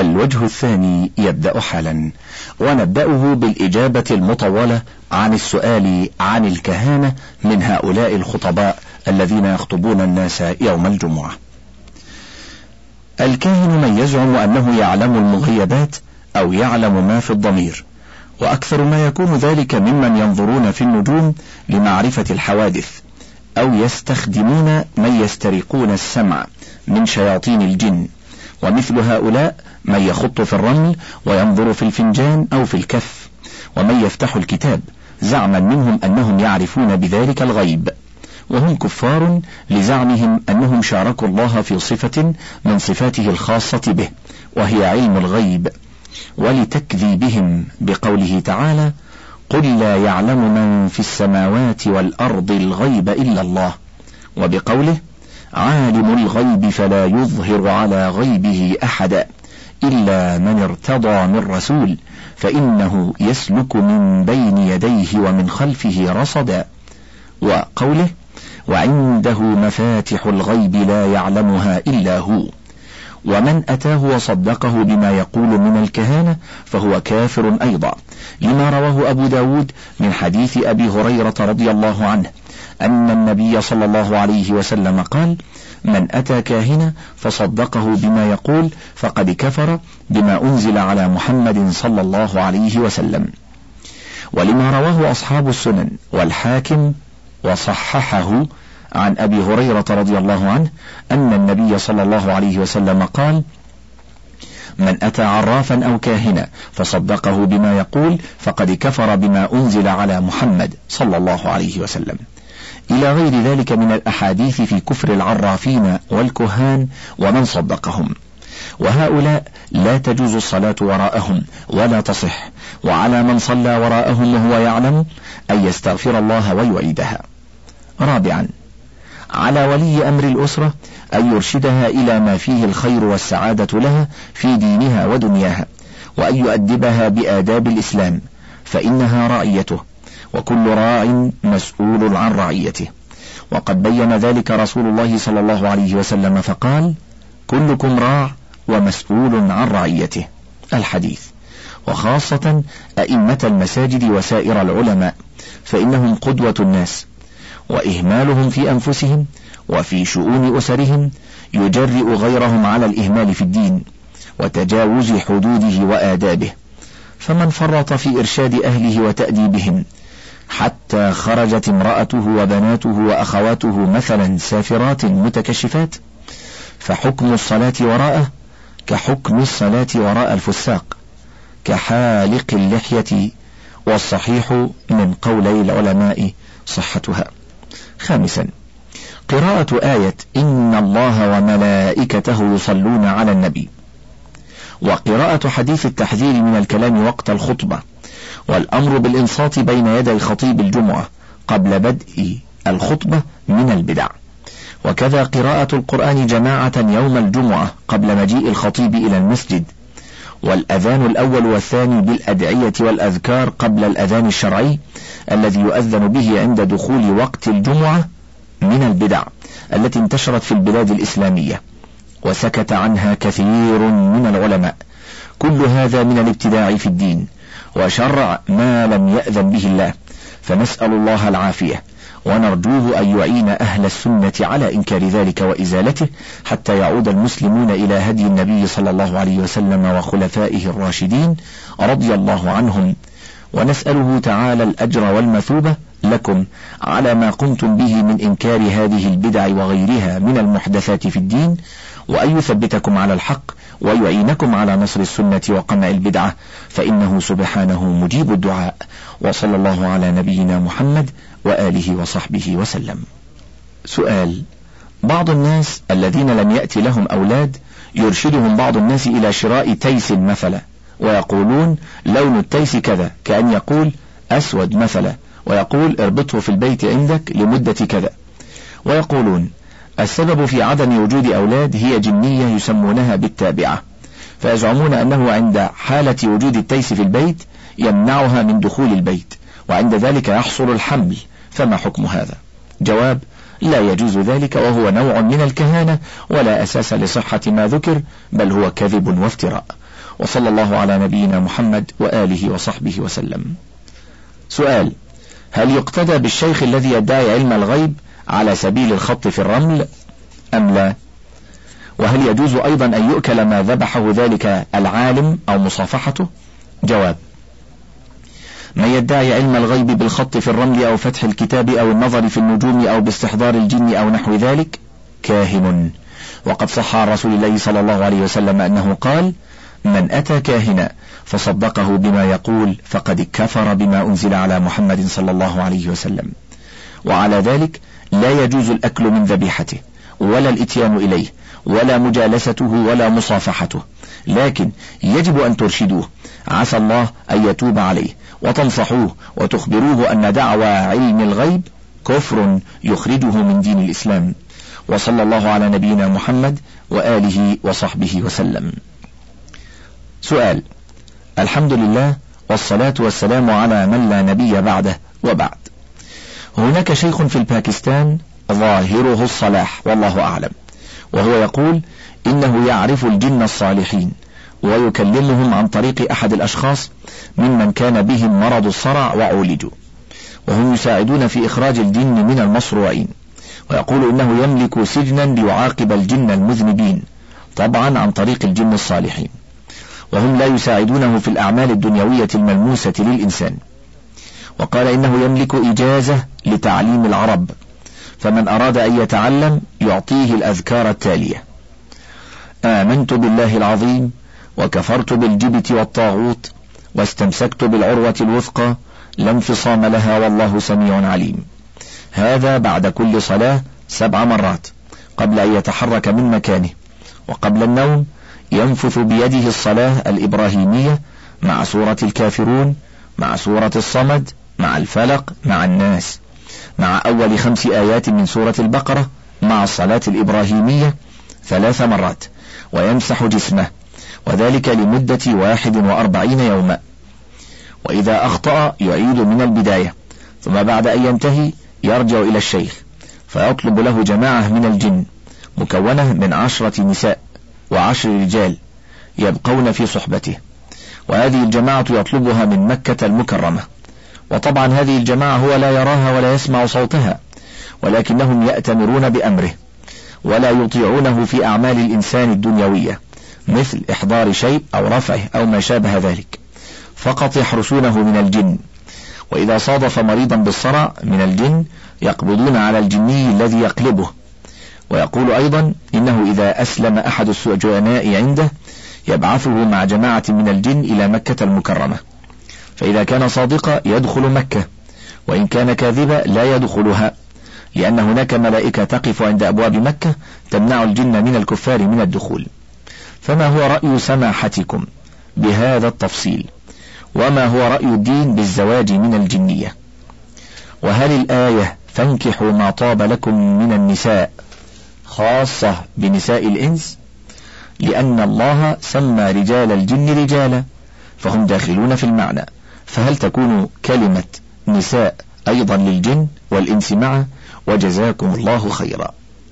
الوجه الثاني يبدأ حالا، ونبدأه بالإجابة المطولة عن السؤال عن الكهانة من هؤلاء الخطباء الذين يخطبون الناس يوم الجمعة. الكاهن من يزعم أنه يعلم المغيبات أو يعلم ما في الضمير، وأكثر ما يكون ذلك ممن ينظرون في النجوم لمعرفة الحوادث، أو يستخدمون من يسترقون السمع من شياطين الجن، ومثل هؤلاء من يخط في الرمل وينظر في الفنجان أو في الكف، ومن يفتح الكتاب زعما منهم أنهم يعرفون بذلك الغيب، وهم كفار لزعمهم أنهم شاركوا الله في صفة من صفاته الخاصة به، وهي علم الغيب، ولتكذيبهم بقوله تعالى: قل لا يعلم من في السماوات والأرض الغيب إلا الله، وبقوله: عالم الغيب فلا يظهر على غيبه أحدا إلا من ارتضى من رسول فإنه يسلك من بين يديه ومن خلفه رصدا، وقوله: وعنده مفاتح الغيب لا يعلمها إلا هو. ومن أتاه وصدقه بما يقول من الكهانة فهو كافر أيضا، لما رواه أبو داود من حديث أبي هريرة رضي الله عنه أن النبي صلى الله عليه وسلم قال: من أتى كاهنا فصدقه بما يقول فقد كفر بما أنزل على محمد صلى الله عليه وسلم. ولما رواه أصحاب السنن والحاكم وصححه عن أبي هريرة رضي الله عنه أن النبي صلى الله عليه وسلم قال: من أتى عرافا أو كاهنا فصدقه بما يقول فقد كفر بما أنزل على محمد صلى الله عليه وسلم، إلى غير ذلك من الأحاديث في كفر العرافين والكهان ومن صدقهم. وهؤلاء لا تجوز الصلاة وراءهم ولا تصح، وعلى من صلى وراءهم وهو يعلم أن يستغفر الله ويعيدها. رابعا، على ولي أمر الأسرة أن يرشدها إلى ما فيه الخير والسعادة لها في دينها ودنياها، وأن يؤدبها بآداب الإسلام، فإنها رعيته، وكل راع مسؤول عن رعيته، وقد بين ذلك رسول الله صلى الله عليه وسلم فقال: كلكم راع ومسؤول عن رعيته، الحديث. وخاصة أئمة المساجد وسائر العلماء، فإنهم قدوة الناس، وإهمالهم في أنفسهم وفي شؤون أسرهم يجرئ غيرهم على الإهمال في الدين وتجاوز حدوده وآدابه، فمن فرط في إرشاد أهله وتأديبهم حتى خرجت امرأته وبناته وأخواته مثلا سافرات متكشفات، فحكم الصلاة وراءه كحكم الصلاة وراء الفساق كحالق اللحية، والصحيح من قولي العلماء صحتها. خامسا، قراءة آية إن الله وملائكته يصلون على النبي، وقراءة حديث التحذير من الكلام وقت الخطبة، والأمر بالإنصات بين يدي خطيب الجمعة قبل بدء الخطبة من البدع، وكذا قراءة القرآن جماعة يوم الجمعة قبل مجيء الخطيب إلى المسجد، والأذان الأول والثاني بالأدعية والأذكار قبل الأذان الشرعي الذي يؤذن به عند دخول وقت الجمعة من البدع التي انتشرت في البلاد الإسلامية وسكت عنها كثير من العلماء. كل هذا من الابتداع في الدين وشرع ما لم يأذن به الله، فنسأل الله العافية ونرجوه أن يعين أهل السنة على إنكار ذلك وإزالته حتى يعود المسلمون إلى هدي النبي صلى الله عليه وسلم وخلفائه الراشدين رضي الله عنهم، ونسأله تعالى الأجر والمثوبة لكم على ما قمتم به من إنكار هذه البدع وغيرها من المحدثات في الدين، وأن يثبتكم على الحق ويعينكم على نصر السنة وقمع البدعة، فإنه سبحانه مجيب الدعاء. وصلى الله على نبينا محمد وآله وصحبه وسلم. سؤال: بعض الناس الذين لم يأتي لهم أولاد يرشدهم بعض الناس إلى شراء تيس مثلا، ويقولون لون التيس كذا، كأن يقول أسود مثلا، ويقول اربطه في البيت عندك لمدة كذا، ويقولون السبب في عدم وجود أولاد هي جنية يسمونها بالتابعة، فيزعمون أنه عند حالة وجود التيس في البيت يمنعها من دخول البيت، وعند ذلك يحصل الحمل، فما حكم هذا؟ جواب: لا يجوز ذلك، وهو نوع من الكهانة ولا أساس لصحة ما ذكر، بل هو كذب وافتراء. وصلى الله على نبينا محمد وآله وصحبه وسلم. سؤال: هل يقتدى بالشيخ الذي يدعي علم الغيب على سبيل الخط في الرمل أم لا؟ وهل يجوز أيضا أن يؤكل ما ذبحه ذلك العالم أو مصافحته؟ جواب: من يدعي علم الغيب بالخط في الرمل أو فتح الكتاب أو النظر في النجوم أو باستحضار الجن أو نحو ذلك كاهن، وقد صح عن رسول الله صلى الله عليه وسلم أنه قال: من أتى كاهنا فصدقه بما يقول فقد كفر بما أنزل على محمد صلى الله عليه وسلم. وعلى ذلك لا يجوز الأكل من ذبيحته ولا الإتيان إليه ولا مجالسته ولا مصافحته، لكن يجب أن ترشدوه، عسى الله أن يتوب عليه، وتنصحوه وتخبروه أن دعوى علم الغيب كفر يخرجه من دين الإسلام. وصلى الله على نبينا محمد وآله وصحبه وسلم. سؤال: الحمد لله والصلاة والسلام على من لا نبي بعده، وبعد. هناك شيخ في الباكستان ظاهره الصلاح والله أعلم، وهو يقول إنه يعرف الجن الصالحين ويكلمهم عن طريق أحد الأشخاص ممن كان بهم مرض الصرع وعولجوا، وهم يساعدون في إخراج الجن من المصروعين، ويقول إنه يملك سجنا ليعاقب الجن المذنبين، طبعا عن طريق الجن الصالحين، وهم لا يساعدونه في الأعمال الدنيوية الملموسة للإنسان. وقال إنه يملك إجازة لتعليم العرب، فمن أراد أن يتعلم يعطيه الأذكار التالية: آمنت بالله العظيم وكفرت بالجبت والطاغوت واستمسكت بالعروة الوثقى لا انفصام لها والله سميع عليم. هذا بعد كل صلاة 7 مرات قبل أن يتحرك من مكانه، وقبل النوم ينفث بيده الصلاة الإبراهيمية مع سورة الكافرون، مع سورة الصمد، مع الفلق، مع الناس، مع أول 5 آيات من سورة البقرة، مع الصلاة الإبراهيمية 3 مرات، ويمسح جسمه، وذلك لمدة 41 يوما. وإذا أخطأ يعيد من البداية، ثم بعد أن ينتهي يرجع إلى الشيخ فيطلب له جماعة من الجن مكونة من 10 نساء و10 رجال يبقون في صحبته، وهذه الجماعة يطلبها من مكة المكرمة، وطبعا هذه الجماعة هو لا يراها ولا يسمع صوتها، ولكنهم يأتمرون بأمره ولا يطيعونه في أعمال الإنسان الدنيوية مثل إحضار شيء أو رفعه أو ما شابه ذلك، فقط يحرسونه من الجن. وإذا صادف مريضا بالصرع من الجن يقبضون على الجني الذي يقلبه. ويقول أيضا إنه إذا أسلم أحد السجناء عنده يبعثه مع جماعة من الجن إلى مكة المكرمة، فإذا كان صادقا يدخل مكة، وإن كان كاذبا لا يدخلها، لأن هناك ملائكة تقف عند أبواب مكة تمنع الجن من الكفار من الدخول. فما هو رأي سماحتكم بهذا التفصيل؟ وما هو رأي الدين بالزواج من الجنية؟ وهل الآية فانكحوا ما طاب لكم من النساء خاصة بنساء الإنس؟ لأن الله سمى رجال الجن رجالا فهم داخلون في المعنى، فهل تكون كلمة نساء أيضا للجن والإنس معه؟ وجزاكم الله خيرا.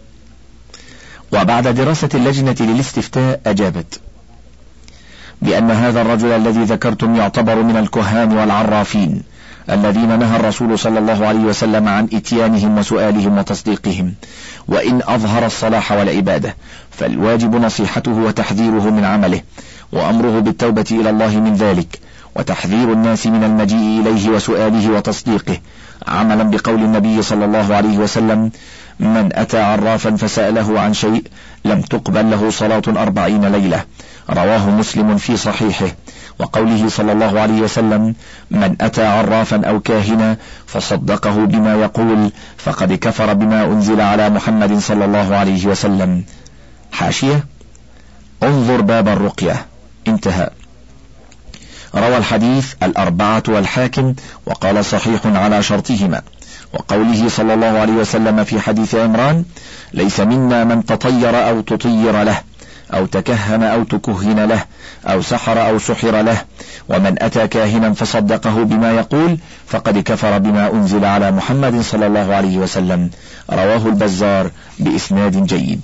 وبعد دراسة اللجنة للاستفتاء أجابت بأن هذا الرجل الذي ذكرتم يعتبر من الكهان والعرافين الذين نهى الرسول صلى الله عليه وسلم عن إتيانهم وسؤالهم وتصديقهم، وإن أظهر الصلاح والعبادة فالواجب نصيحته وتحذيره من عمله، وأمره بالتوبة إلى الله من ذلك، وتحذير الناس من المجيء إليه وسؤاله وتصديقه، عملا بقول النبي صلى الله عليه وسلم: من أتى عرافا فسأله عن شيء لم تقبل له صلاة 40 ليلة، رواه مسلم في صحيحه. وقوله صلى الله عليه وسلم: من أتى عرافا أو كاهنا فصدقه بما يقول فقد كفر بما أنزل على محمد صلى الله عليه وسلم. حاشية: انظر باب الرقية، انتهى. روى الحديث 4 والحاكم وقال صحيح على شرطهما. وقوله صلى الله عليه وسلم في حديث عمران: ليس منا من تطير أو تطير له أو تكهن أو تكهن له أو سحر أو سحر له، ومن أتى كاهنا فصدقه بما يقول فقد كفر بما أنزل على محمد صلى الله عليه وسلم. رواه البزار بإسناد جيد.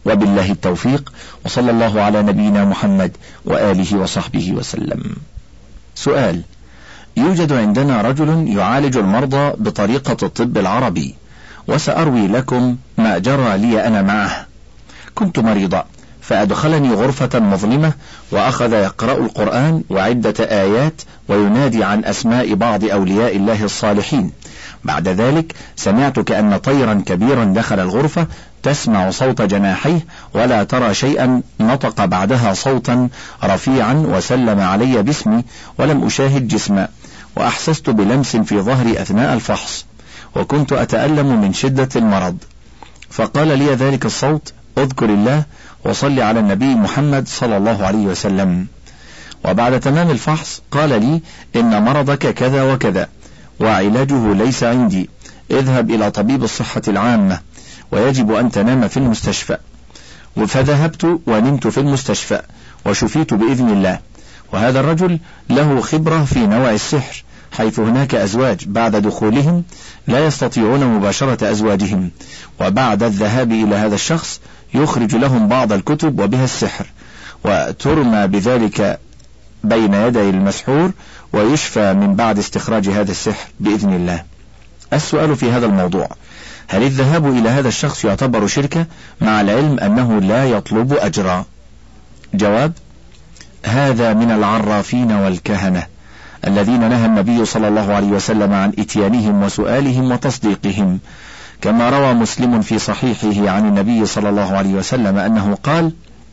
وبالله التوفيق، وصلى الله على نبينا محمد وآله وصحبه وسلم. سؤال: يوجد عندنا رجل يعالج المرضى بطريقة الطب العربي، وسأروي لكم ما جرى لي أنا معه. كنت مريضا، فأدخلني غرفة مظلمة وأخذ يقرأ القرآن وعدة آيات وينادي عن أسماء بعض أولياء الله الصالحين. بعد ذلك سمعت كأن طيرا كبيرا دخل الغرفة، تسمع صوت جناحيه ولا ترى شيئا، نطق بعدها صوتا رفيعا وسلم علي باسمي، ولم أشاهد جسما، وأحسست بلمس في ظهري أثناء الفحص، وكنت أتألم من شدة المرض. فقال لي ذلك الصوت: اذكر الله وصل على النبي محمد صلى الله عليه وسلم. وبعد تمام الفحص قال لي: إن مرضك كذا وكذا، وعلاجه ليس عندي، اذهب إلى طبيب الصحة العامة، ويجب أن تنام في المستشفى. فذهبت ونمت في المستشفى وشفيت بإذن الله. وهذا الرجل له خبرة في نوع السحر، حيث هناك أزواج بعد دخولهم لا يستطيعون مباشرة أزواجهم، وبعد الذهاب إلى هذا الشخص يخرج لهم بعض الكتب وبها السحر، وترمى بذلك بين يدي المسحور، ويشفى من بعد استخراج هذا السحر بإذن الله. السؤال في هذا الموضوع: هل الذهاب إلى هذا الشخص يعتبر شركة، مع العلم أنه لا يطلب أجرا؟ جواب: هذا من العرافين والكهنة الذين نهى النبي صلى الله عليه وسلم عن إتيانهم وسؤالهم وتصديقهم، كما روى مسلم في صحيحه عن النبي صلى الله عليه وسلم أنه قال: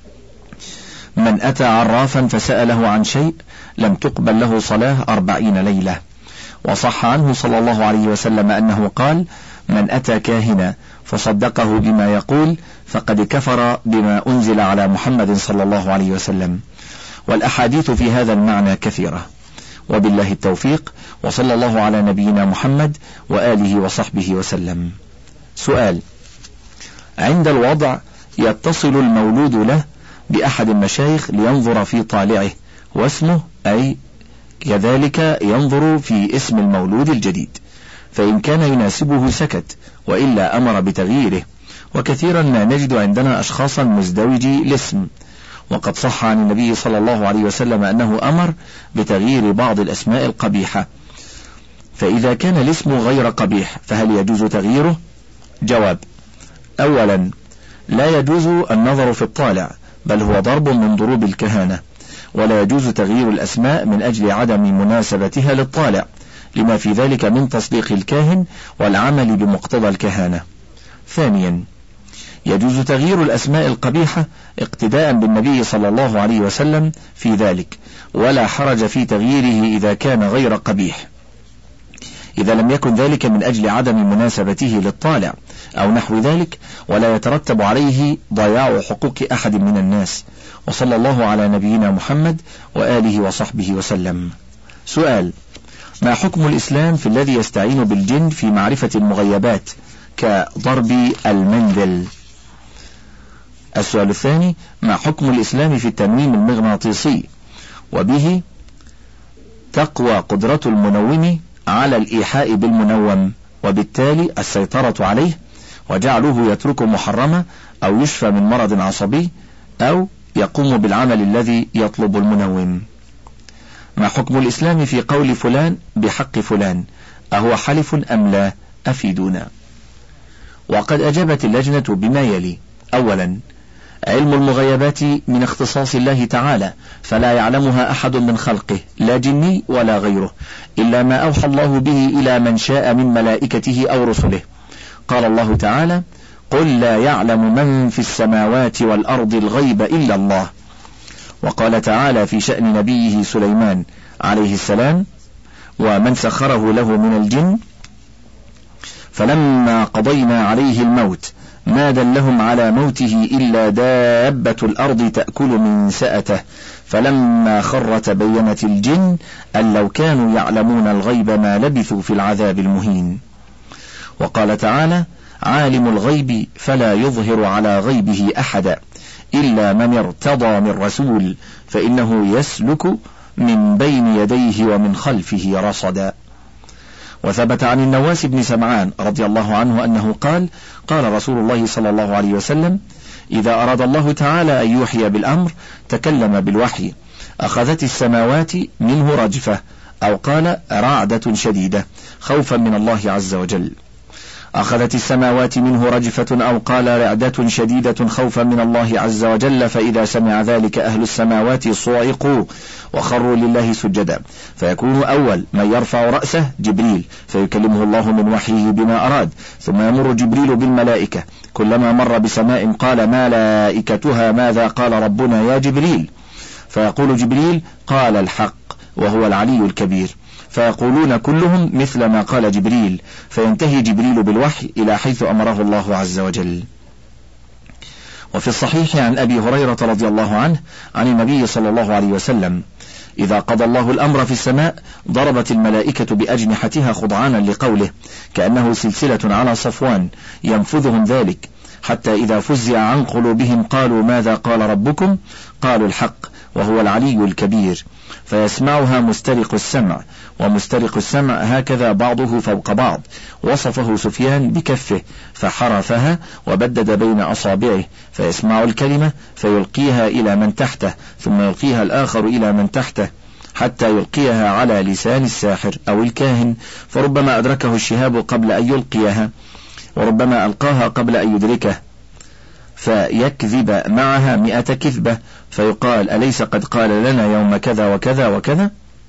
من أتى عرافا فسأله عن شيء لم تقبل له صلاة 40 ليلة. وصح عنه صلى الله عليه وسلم أنه قال: من أتى كاهنا فصدقه بما يقول فقد كفر بما أنزل على محمد صلى الله عليه وسلم. والأحاديث في هذا المعنى كثيرة، وبالله التوفيق، وصلى الله على نبينا محمد وآله وصحبه وسلم. سؤال: عند الوضع يتصل المولود له بأحد المشايخ لينظر في طالعه واسمه، أي كذلك ينظر في اسم المولود الجديد، فإن كان يناسبه سكت، وإلا أمر بتغييره. وكثيرا ما نجد عندنا أشخاصا مزدوجي الاسم، وقد صح عن النبي صلى الله عليه وسلم أنه أمر بتغيير بعض الأسماء القبيحة. فإذا كان الاسم غير قبيح فهل يجوز تغييره؟ جواب: أولا، لا يجوز النظر في الطالع، بل هو ضرب من ضروب الكهانة، ولا يجوز تغيير الأسماء من أجل عدم مناسبتها للطالع، لما في ذلك من تصديق الكاهن والعمل بمقتضى الكهانة. ثانيا، يجوز تغيير الأسماء القبيحة اقتداء بالنبي صلى الله عليه وسلم في ذلك، ولا حرج في تغييره إذا كان غير قبيح، إذا لم يكن ذلك من أجل عدم مناسبته للطالع أو نحو ذلك، ولا يترتب عليه ضياع حقوق أحد من الناس. وصلى الله على نبينا محمد وآله وصحبه وسلم. سؤال: ما حكم الإسلام في الذي يستعين بالجن في معرفة المغيبات كضرب المندل؟ السؤال الثاني: ما حكم الإسلام في التنويم المغناطيسي، وبه تقوى قدرة المنوم على الإيحاء بالمنوم، وبالتالي السيطرة عليه وجعله يترك محرمة أو يشفى من مرض عصبي أو يقوم بالعمل الذي يطلب المنوم؟ ما حكم الإسلام في قول فلان بحق فلان، أهو حلف أم لا؟ أفيدونا. وقد أجابت اللجنة بما يلي: أولا، علم المغيبات من اختصاص الله تعالى، فلا يعلمها أحد من خلقه، لا جني ولا غيره، إلا ما أوحى الله به إلى من شاء من ملائكته أو رسله. قال الله تعالى: قل لا يعلم من في السماوات والأرض الغيب إلا الله. وقال تعالى في شأن نبيه سليمان عليه السلام: ومن سخره له من الجن فلما قضينا عليه الموت ما دلهم على موته إلا دابة الأرض تأكل من سأته فلما خر تبينت الجن أن لو كانوا يعلمون الغيب ما لبثوا في العذاب المهين. وقال تعالى: عالم الغيب فلا يظهر على غيبه أحدا إلا من ارتضى من رسول فإنه يسلك من بين يديه ومن خلفه رصدا. وثبت عن النواس بن سمعان رضي الله عنه أنه قال: قال رسول الله صلى الله عليه وسلم: إذا أراد الله تعالى أن يوحي بالأمر تكلم بالوحي. أخذت السماوات منه رجفة، أو قال رعدة شديدة خوفا من الله عز وجل. أخذت السماوات منه رجفة، أو قال رعدة شديدة خوفا من الله عز وجل، فإذا سمع ذلك أهل السماوات صعقوا وخروا لله سجدا، فيكون أول من يرفع رأسه جبريل فيكلمه الله من وحيه بما أراد، ثم يمر جبريل بالملائكة، كلما مر بسماء قال ملائكتها ماذا قال ربنا يا جبريل، فيقول جبريل قال الحق وهو العلي الكبير، فيقولون كلهم مثل ما قال جبريل، فينتهي جبريل بالوحي إلى حيث أمره الله عز وجل. وفي الصحيح عن أبي هريرة رضي الله عنه عن النبي صلى الله عليه وسلم: إذا قضى الله الأمر في السماء ضربت الملائكة بأجنحتها خضعانا لقوله، كأنه سلسلة على صفوان ينفذهم ذلك، حتى إذا فزع عن قلوبهم قالوا ماذا قال ربكم؟ قالوا الحق وهو العلي الكبير، فيسمعها مسترق السمع، ومسترق السمع هكذا بعضه فوق بعض، وصفه سفيان بكفه فحرفها وبدد بين أصابعه، فيسمع الكلمة فيلقيها إلى من تحته، ثم يلقيها الآخر إلى من تحته، حتى يلقيها على لسان الساحر أو الكاهن، فربما أدركه الشهاب قبل أن يلقيها، وربما ألقاها قبل أن يدركه، فيكذب معها 100 كذبة، فيقال أليس قد قال لنا يوم كذا وكذا وكذا،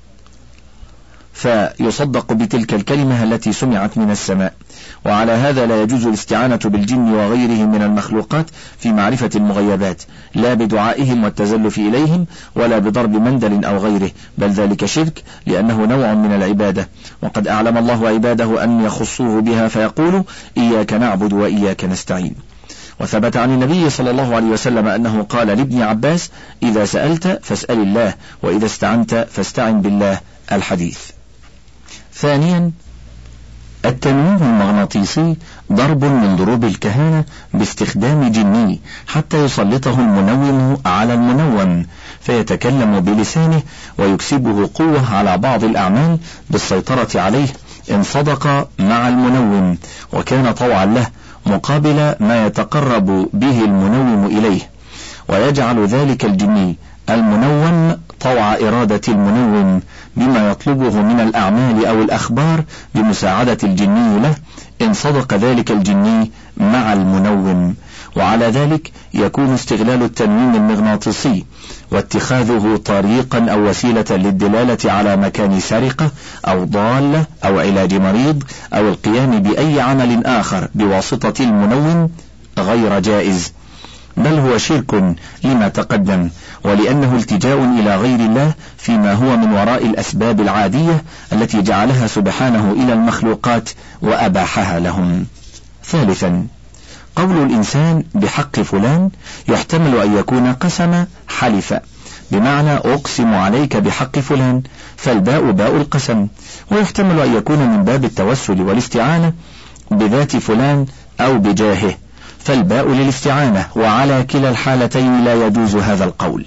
فيصدق بتلك الكلمة التي سمعت من السماء. وعلى هذا لا يجوز الاستعانة بالجن وغيرهم من المخلوقات في معرفة المغيبات، لا بدعائهم والتزلف إليهم، ولا بضرب مندل أو غيره، بل ذلك شرك، لأنه نوع من العبادة، وقد أعلم الله عباده أن يخصوه بها فيقول إياك نعبد وإياك نستعين. وثبت عن النبي صلى الله عليه وسلم أنه قال لابن عباس: إذا سألت فاسأل الله، وإذا استعنت فاستعن بالله. الحديث. ثانيا، التنويم المغناطيسي ضرب من ضروب الكهانة باستخدام جني حتى يسلطه المنوم على المنوم فيتكلم بلسانه ويكسبه قوة على بعض الأعمال بالسيطرة عليه إن صدق مع المنوم وكان طوعا له، مقابل ما يتقرب به المنوم إليه، ويجعل ذلك الجني المنوم طوع إرادة المنوم بما يطلبه من الأعمال أو الأخبار بمساعدة الجني له إن صدق ذلك الجني مع المنوم. وعلى ذلك يكون استغلال التنويم المغناطيسي واتخاذه طريقا أو وسيلة للدلالة على مكان سرقة أو ضالة أو علاج مريض أو القيام بأي عمل آخر بواسطة المنوم غير جائز، بل هو شرك لما تقدم، ولأنه التجاء إلى غير الله فيما هو من وراء الأسباب العادية التي جعلها سبحانه إلى المخلوقات وأباحها لهم. ثالثا، قول الإنسان بحق فلان يحتمل أن يكون قسم حلف، بمعنى أقسم عليك بحق فلان، فالباء باء القسم، ويحتمل أن يكون من باب التوسل والاستعانة بذات فلان أو بجاهه، فالباء للاستعانة، وعلى كلا الحالتين لا يجوز هذا القول.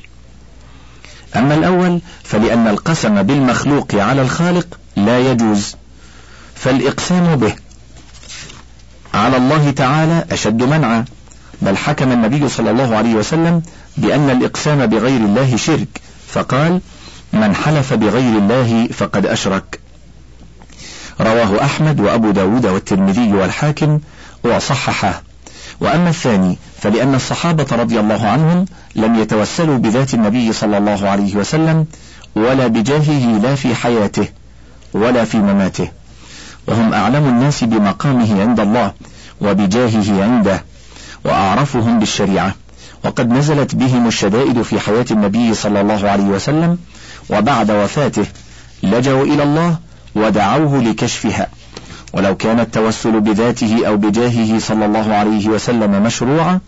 أما الأول فلأن القسم بالمخلوق على الخالق لا يجوز، فالإقسام به على الله تعالى أشد منعا، بل حكم النبي صلى الله عليه وسلم بأن الإقسام بغير الله شرك، فقال: من حلف بغير الله فقد أشرك. رواه أحمد وأبو داود والترمذي والحاكم وصححه. وأما الثاني فلأن الصحابة رضي الله عنهم لم يتوسلوا بذات النبي صلى الله عليه وسلم ولا بجاهه لا في حياته ولا في مماته، وهم أعلم الناس بمقامه عند الله وبجاهه عنده وأعرفهم بالشريعة، وقد نزلت بهم الشدائد في حياة النبي صلى الله عليه وسلم، وبعد وفاته لجوا إلى الله ودعوه لكشفها. ولو كان التوسل بذاته أو بجاهه صلى الله عليه وسلم مشروعا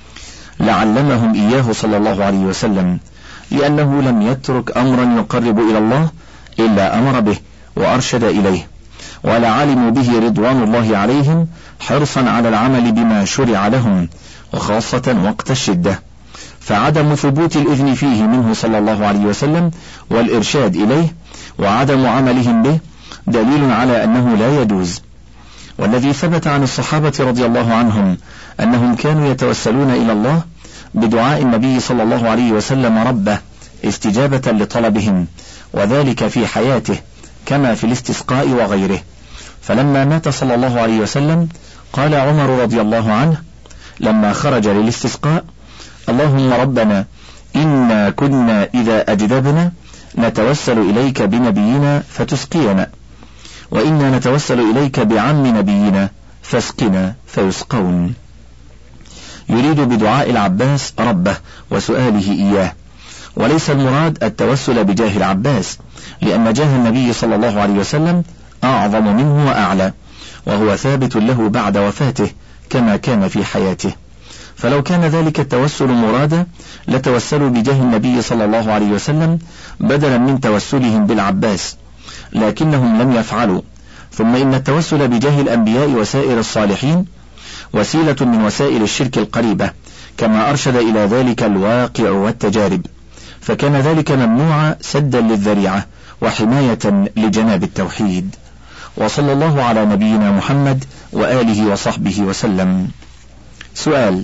لعلمهم إياه صلى الله عليه وسلم، لأنه لم يترك أمرا يقرب إلى الله إلا أمر به وأرشد إليه، ولعلموا به رضوان الله عليهم حرصا على العمل بما شرع لهم، وخاصة وقت الشدة، فعدم ثبوت الإذن فيه منه صلى الله عليه وسلم والإرشاد إليه وعدم عملهم به دليل على أنه لا يجوز. والذي ثبت عن الصحابة رضي الله عنهم أنهم كانوا يتوسلون إلى الله بدعاء النبي صلى الله عليه وسلم ربه استجابة لطلبهم، وذلك في حياته كما في الاستسقاء وغيره. فلما مات صلى الله عليه وسلم قال عمر رضي الله عنه لما خرج للاستسقاء: اللهم ربنا إنا كنا إذا أجدبنا نتوسل إليك بنبينا فتسقينا، وإنا نتوسل إليك بعم نبينا فاسقنا فيسقون. يريد بدعاء العباس ربه وسؤاله إياه، وليس المراد التوسل بجاه العباس، لأن جاه النبي صلى الله عليه وسلم أعظم منه وأعلى، وهو ثابت له بعد وفاته كما كان في حياته. فلو كان ذلك التوسل مرادا لتوسلوا بجاه النبي صلى الله عليه وسلم بدلا من توسلهم بالعباس، لكنهم لم يفعلوا. ثم إن التوسل بجاه الأنبياء وسائر الصالحين وسيلة من وسائل الشرك القريبة، كما أرشد إلى ذلك الواقع والتجارب، فكان ذلك ممنوعا سدا للذريعة وحماية لجناب التوحيد. وصلى الله على نبينا محمد وآله وصحبه وسلم. سؤال: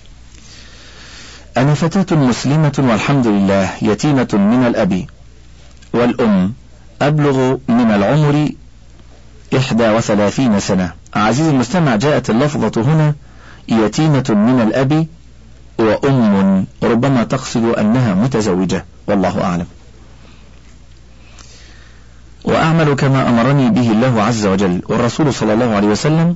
أنا فتاة مسلمة والحمد لله يتيمة من الأب والأم، أبلغ من العمر 31 سنة. عزيزي المستمع، جاءت اللفظة هنا يتيمة من الأب وأم، ربما تقصد أنها متزوجة، والله أعلم. وأعمل كما أمرني به الله عز وجل والرسول صلى الله عليه وسلم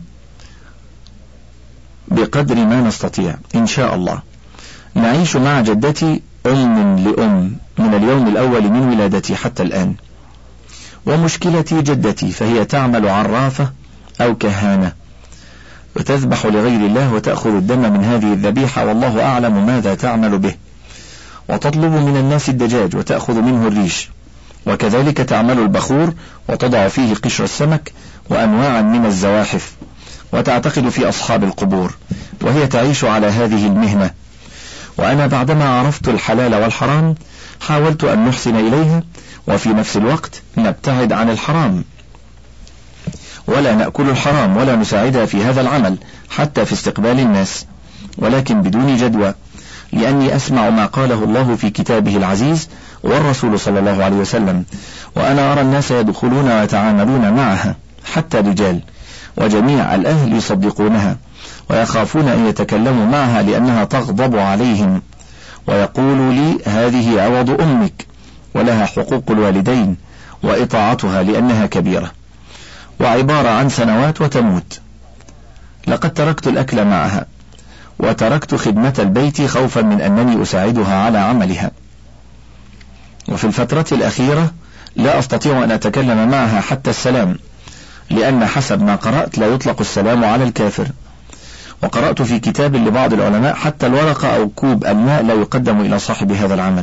بقدر ما نستطيع إن شاء الله. نعيش مع جدتي أم لأم من اليوم الأول من ولادتي حتى الآن. ومشكلتي جدتي، فهي تعمل عرافة أو كهانة وتذبح لغير الله وتأخذ الدم من هذه الذبيحة، والله أعلم ماذا تعمل به. وتطلب من الناس الدجاج وتأخذ منه الريش، وكذلك تعمل البخور وتضع فيه قشر السمك وأنواعا من الزواحف، وتعتقد في أصحاب القبور، وهي تعيش على هذه المهنة. وأنا بعدما عرفت الحلال والحرام حاولت أن نحسن إليها، وفي نفس الوقت نبتعد عن الحرام ولا نأكل الحرام ولا نساعدها في هذا العمل حتى في استقبال الناس، ولكن بدون جدوى، لأني أسمع ما قاله الله في كتابه العزيز والرسول صلى الله عليه وسلم، وأنا أرى الناس يدخلون ويتعاملون معها حتى الرجال، وجميع الأهل يصدقونها ويخافون أن يتكلموا معها لأنها تغضب عليهم، ويقول لي هذه عوض أمك ولها حقوق الوالدين وإطاعتها لأنها كبيرة، وعبارة عن سنوات وتموت. لقد تركت الأكل معها وتركت خدمة البيت خوفا من أنني أساعدها على عملها. وفي الفترة الأخيرة لا أستطيع أن أتكلم معها حتى السلام، لأن حسب ما قرأت لا يطلق السلام على الكافر. وقرأت في كتاب لبعض العلماء حتى الورقة أو كوب الماء لا يقدم إلى صاحب هذا العمل.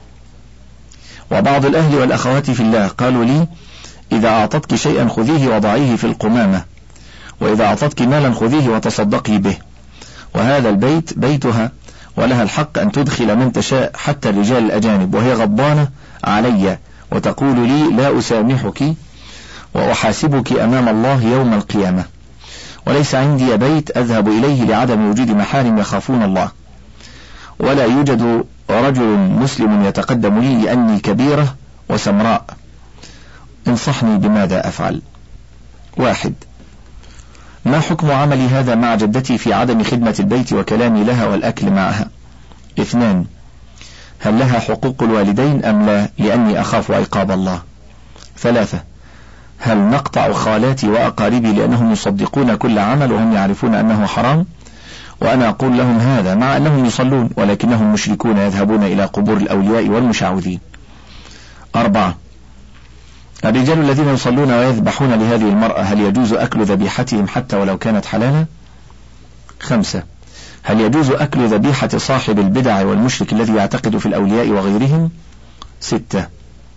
وبعض الأهل والأخوات في الله قالوا لي إذا أعطتك شيئا خذيه وضعيه في القمامة، وإذا أعطتك مالا خذيه وتصدقي به، وهذا البيت بيتها ولها الحق أن تدخل من تشاء حتى الرجال الأجانب، وهي غضبانة علي وتقول لي لا أسامحك وأحاسبك أمام الله يوم القيامة، وليس عندي بيت أذهب إليه لعدم وجود محارم يخافون الله، ولا يوجد رجل مسلم يتقدم لي لأني كبيرة وسمراء. انصحني بماذا أفعل. 1. ما حكم عملي هذا مع جدتي في عدم خدمة البيت وكلامي لها والأكل معها؟ 2. هل لها حقوق الوالدين أم لا لأني أخاف عقاب الله؟ 3. هل نقطع خالاتي وأقاربي لأنهم يصدقون كل عمل وهم يعرفون أنه حرام، وأنا أقول لهم هذا مع أنهم يصلون ولكنهم مشركون يذهبون إلى قبور الأولياء والمشعوذين؟ 4. الرجال الذين يصلون ويذبحون لهذه المرأة هل يجوز أكل ذبيحتهم حتى ولو كانت حلالا؟ 5. هل يجوز أكل ذبيحة صاحب البدع والمشرك الذي يعتقد في الأولياء وغيرهم؟ 6.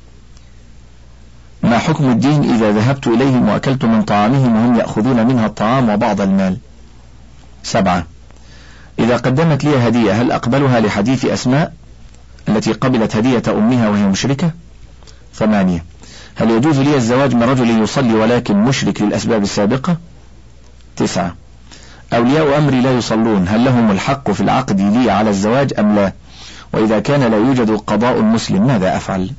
ما حكم الدين إذا ذهبت إليهم وأكلت من طعامهم وهم يأخذون منها الطعام وبعض المال؟ 7. إذا قدمت لي هدية هل أقبلها لحديث أسماء التي قبلت هدية أمها وهي مشركة؟ 8. هل يجوز لي الزواج من رجل يصلي ولكن مشرك للأسباب السابقة؟ 9. أولياء أمري لا يصلون، هل لهم الحق في العقد لي على الزواج أم لا؟ وإذا كان لا يوجد قضاء مسلم ماذا أفعل؟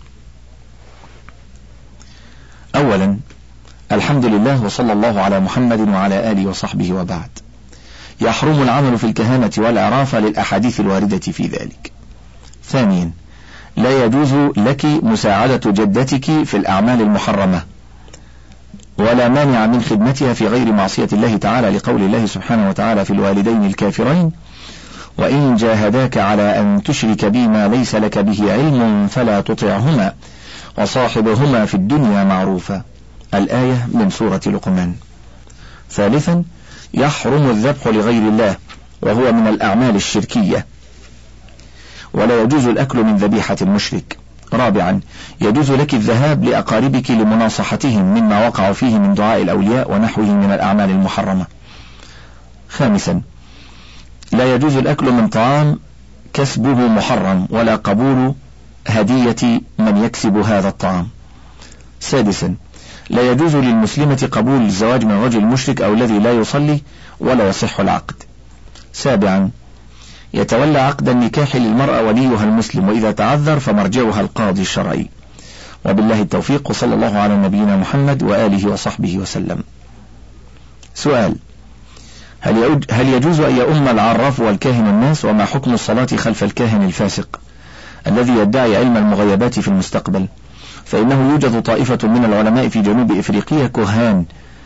أولا، الحمد لله وصلى الله على محمد وعلى آله وصحبه وبعد. يحرم العمل في الكهانة والعرافة للأحاديث الواردة في ذلك. ثانيا، لا يجوز لك مساعدة جدتك في الأعمال المحرمة، ولا مانع من خدمتها في غير معصية الله تعالى، لقول الله سبحانه وتعالى في الوالدين الكافرين: وإن جاهداك على أن تشرك بي ما ليس لك به علم فلا تطعهما وصاحبهما في الدنيا معروفا. الآية من سورة لقمان. ثالثا، يحرم الذبح لغير الله وهو من الأعمال الشركية، ولا يجوز الأكل من ذبيحة المشرك. رابعا، يجوز لك الذهاب لأقاربك لمناصحتهم مما وقع فيه من دعاء الأولياء ونحوه من الأعمال المحرمة. خامسا، لا يجوز الأكل من طعام كسبه محرم ولا قبول هدية من يكسب هذا الطعام. سادسا، لا يجوز للمسلمة قبول الزواج من رجل مشرك أو الذي لا يصلي ولا يصح العقد. سابعا، يتولى عقد النكاح للمرأة وليها المسلم، وإذا تعذر فمرجعها القاضي الشرعي. وبالله التوفيق، وصلى الله على نبينا محمد وآله وصحبه وسلم. سؤال: هل يجوز أن يؤم العراف والكاهن الناس؟ وما حكم الصلاة خلف الكاهن الفاسق الذي يدعي علم المغيبات في المستقبل؟ فإنه يوجد طائفة من العلماء في جنوب إفريقيا كهان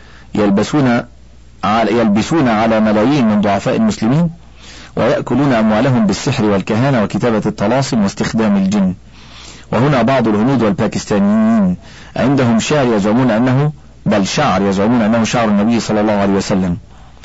يلبسون على ملايين من ضعفاء المسلمين ويأكلون أموالهم بالسحر والكهانة وكتابة الطلاسم واستخدام الجن. وهنا بعض الهنود والباكستانيين عندهم شعر يزعمون أنه شعر النبي صلى الله عليه وسلم،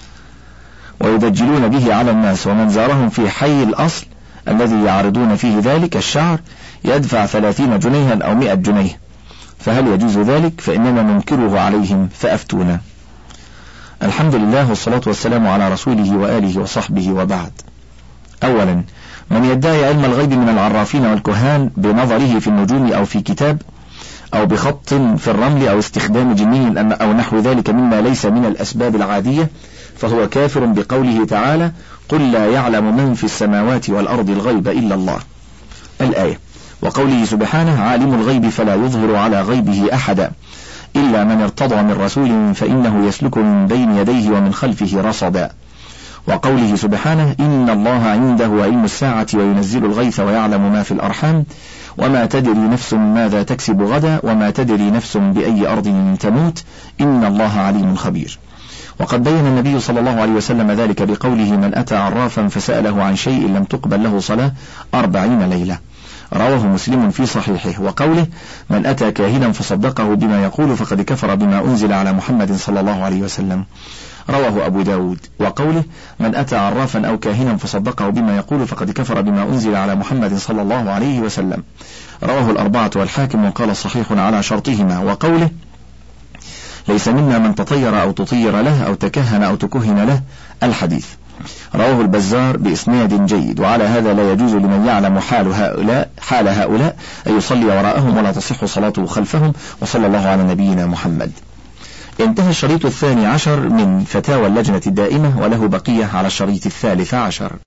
ويدجلون به على الناس، ومن زارهم في حي الأصل الذي يعرضون فيه ذلك الشعر يدفع 30 جنيها أو 100 جنيه، فهل يجوز ذلك؟ فإننا ننكره عليهم فأفتونا. الحمد لله والصلاة والسلام على رسوله وآله وصحبه وبعد. أولا، من يدعي علم الغيب من العرافين والكهان بنظره في النجوم أو في كتاب أو بخط في الرمل أو استخدام جني أو نحو ذلك مما ليس من الأسباب العادية، فهو كافر بقوله تعالى: قل لا يعلم من في السماوات والأرض الغيب إلا الله. الآية. وقوله سبحانه: عالم الغيب فلا يظهر على غيبه أحدا إلا من ارتضى من رسول فإنه يسلك من بين يديه ومن خلفه رصدا. وقوله سبحانه: إن الله عنده علم الساعة وينزل الغيث ويعلم ما في الأرحام وما تدري نفس ماذا تكسب غدا وما تدري نفس بأي أرض تموت إن الله عليم خبير. وقد بين النبي صلى الله عليه وسلم ذلك بقوله: من أتى عرافا فسأله عن شيء لم تقبل له صلاة 40 ليلة. رواه مسلم في صحيحه. وقوله: من أتى كاهنا فصدقه بما يقول فقد كفر بما أنزل على محمد صلى الله عليه وسلم. رواه أبو داود. وقوله: من أتى عرافا أو كاهنا فصدقه بما يقول فقد كفر بما أنزل على محمد صلى الله عليه وسلم. رواه الأربعة والحاكم وقال صحيح على شرطهما. وقوله: ليس منا من تطير أو تطير له أو تكهن أو تكهن له. الحديث. رواه البزار بإسناد جيد. وعلى هذا لا يجوز لمن يعلم حال هؤلاء أن يصلي وراءهم ولا تصح صلاته خلفهم. وصلى الله على نبينا محمد. انتهى الشريط 12 من فتاوى اللجنة الدائمة، وله بقية على الشريط 13.